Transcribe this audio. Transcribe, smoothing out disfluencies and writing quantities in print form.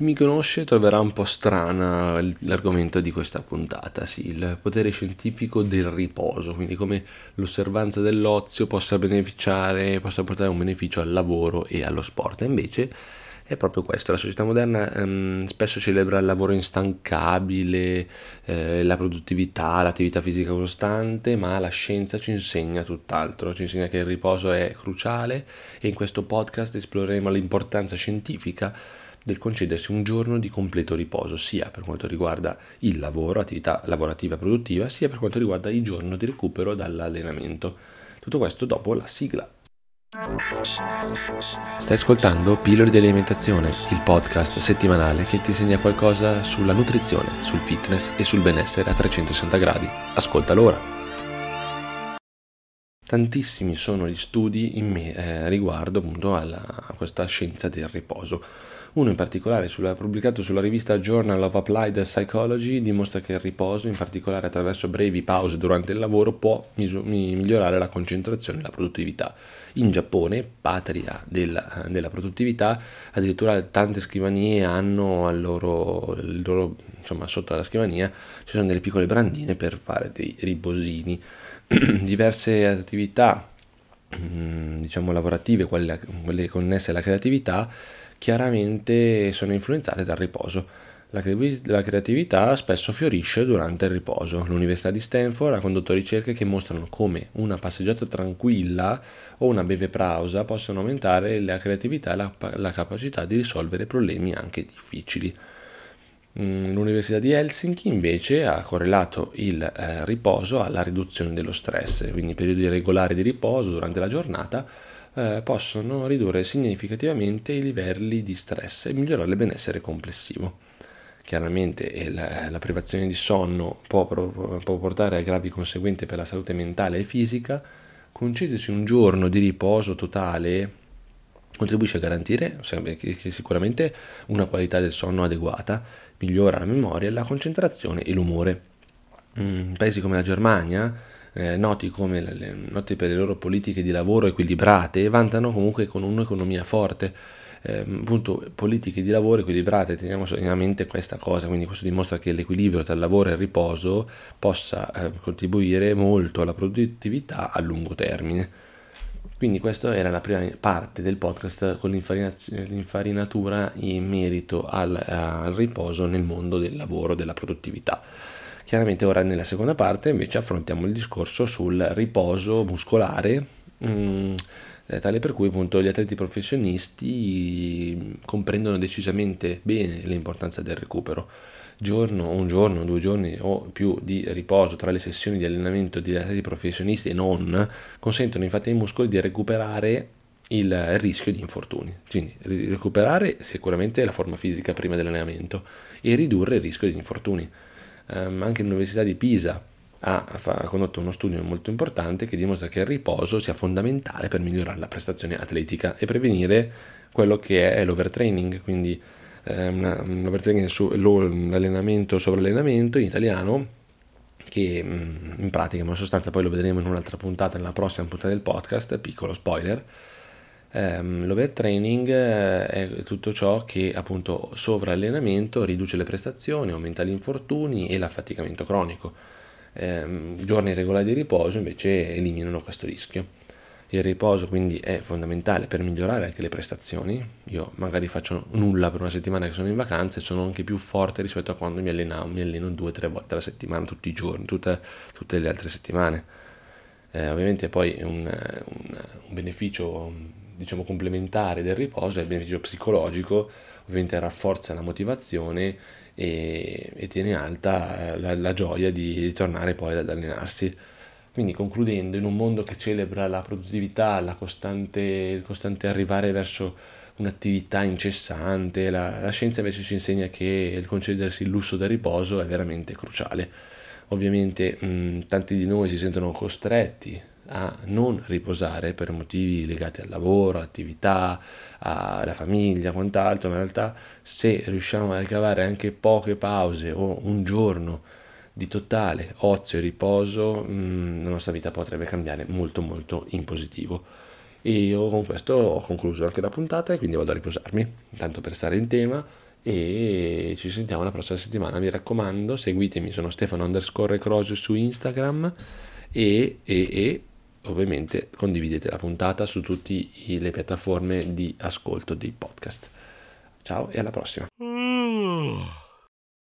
Chi mi conosce troverà un po' strana l'argomento di questa puntata, sì, il potere scientifico del riposo, quindi come l'osservanza dell'ozio possa portare un beneficio al lavoro e allo sport. E invece è proprio questo, la società moderna spesso celebra il lavoro instancabile, la produttività, l'attività fisica costante, ma la scienza ci insegna tutt'altro, ci insegna che il riposo è cruciale e in questo podcast esploreremo l'importanza scientifica del concedersi un giorno di completo riposo, sia per quanto riguarda il lavoro, attività lavorativa e produttiva, sia per quanto riguarda il giorno di recupero dall'allenamento. Tutto questo dopo la sigla. Stai ascoltando Pillole di Alimentazione, il podcast settimanale che ti insegna qualcosa sulla nutrizione, sul fitness e sul benessere a 360 gradi. Ascoltalo ora! Tantissimi sono gli studi riguardo appunto a questa scienza del riposo. Uno in particolare, pubblicato sulla rivista Journal of Applied Psychology, dimostra che il riposo, in particolare attraverso brevi pause durante il lavoro, può migliorare la concentrazione e la produttività. In Giappone, patria della produttività, addirittura tante scrivanie hanno insomma, sotto la scrivania ci sono delle piccole brandine per fare dei riposini. Diverse attività diciamo lavorative, quelle connesse alla creatività, chiaramente sono influenzate dal riposo. La creatività spesso fiorisce durante il riposo. L'Università di Stanford ha condotto ricerche che mostrano come una passeggiata tranquilla o una breve pausa possono aumentare la creatività e la capacità di risolvere problemi anche difficili. L'Università di Helsinki invece ha correlato il riposo alla riduzione dello stress, quindi periodi regolari di riposo durante la giornata possono ridurre significativamente i livelli di stress e migliorare il benessere complessivo. Chiaramente la privazione di sonno può portare a gravi conseguenze per la salute mentale e fisica. Concedersi un giorno di riposo totale contribuisce a garantire che sicuramente una qualità del sonno adeguata, migliora la memoria, la concentrazione e l'umore. Paesi come la Germania, noti per le loro politiche di lavoro equilibrate, vantano comunque con un'economia forte. Appunto, politiche di lavoro equilibrate, teniamo a mente questa cosa, quindi questo dimostra che l'equilibrio tra il lavoro e il riposo possa contribuire molto alla produttività a lungo termine. Quindi questa era la prima parte del podcast con l'infarinatura in merito al riposo nel mondo del lavoro, della produttività. Chiaramente ora nella seconda parte invece affrontiamo il discorso sul riposo muscolare, tale per cui appunto gli atleti professionisti comprendono decisamente bene l'importanza del recupero. Un giorno, 2 giorni o più di riposo tra le sessioni di allenamento di atleti professionisti e non consentono infatti ai muscoli di recuperare il rischio di infortuni. Quindi recuperare sicuramente la forma fisica prima dell'allenamento e ridurre il rischio di infortuni. Anche l'Università di Pisa ha condotto uno studio molto importante che dimostra che il riposo sia fondamentale per migliorare la prestazione atletica e prevenire quello che è l'overtraining, quindi l'overtraining l'allenamento sovrallenamento in italiano, che in pratica, ma in sostanza poi lo vedremo in un'altra puntata, nella prossima puntata del podcast, piccolo spoiler. L'overtraining è tutto ciò che appunto sovrallenamento riduce le prestazioni, aumenta gli infortuni e l'affaticamento cronico. Giorni regolari di riposo invece eliminano questo rischio. Il riposo quindi è fondamentale per migliorare anche le prestazioni. Io magari faccio nulla per una settimana che sono in vacanza e sono anche più forte rispetto a quando mi alleno 2-3 volte alla settimana, tutti i giorni, tutte le altre settimane. Ovviamente poi un beneficio diciamo complementare del riposo è il beneficio psicologico, ovviamente rafforza la motivazione e tiene alta la gioia di tornare poi ad allenarsi. Quindi concludendo, in un mondo che celebra la produttività, il costante arrivare verso un'attività incessante, la scienza invece ci insegna che il concedersi il lusso del riposo è veramente cruciale. Ovviamente tanti di noi si sentono costretti a non riposare per motivi legati al lavoro, all'attività, alla famiglia, quant'altro, ma in realtà se riusciamo a ricavare anche poche pause o un giorno di totale ozio e riposo, la nostra vita potrebbe cambiare molto molto in positivo. E io con questo ho concluso anche la puntata e quindi vado a riposarmi, tanto per stare in tema. e ci sentiamo la prossima settimana. Mi raccomando, seguitemi, sono Stefano_Croce su Instagram e ovviamente condividete la puntata su tutte le piattaforme di ascolto dei podcast. Ciao e alla prossima.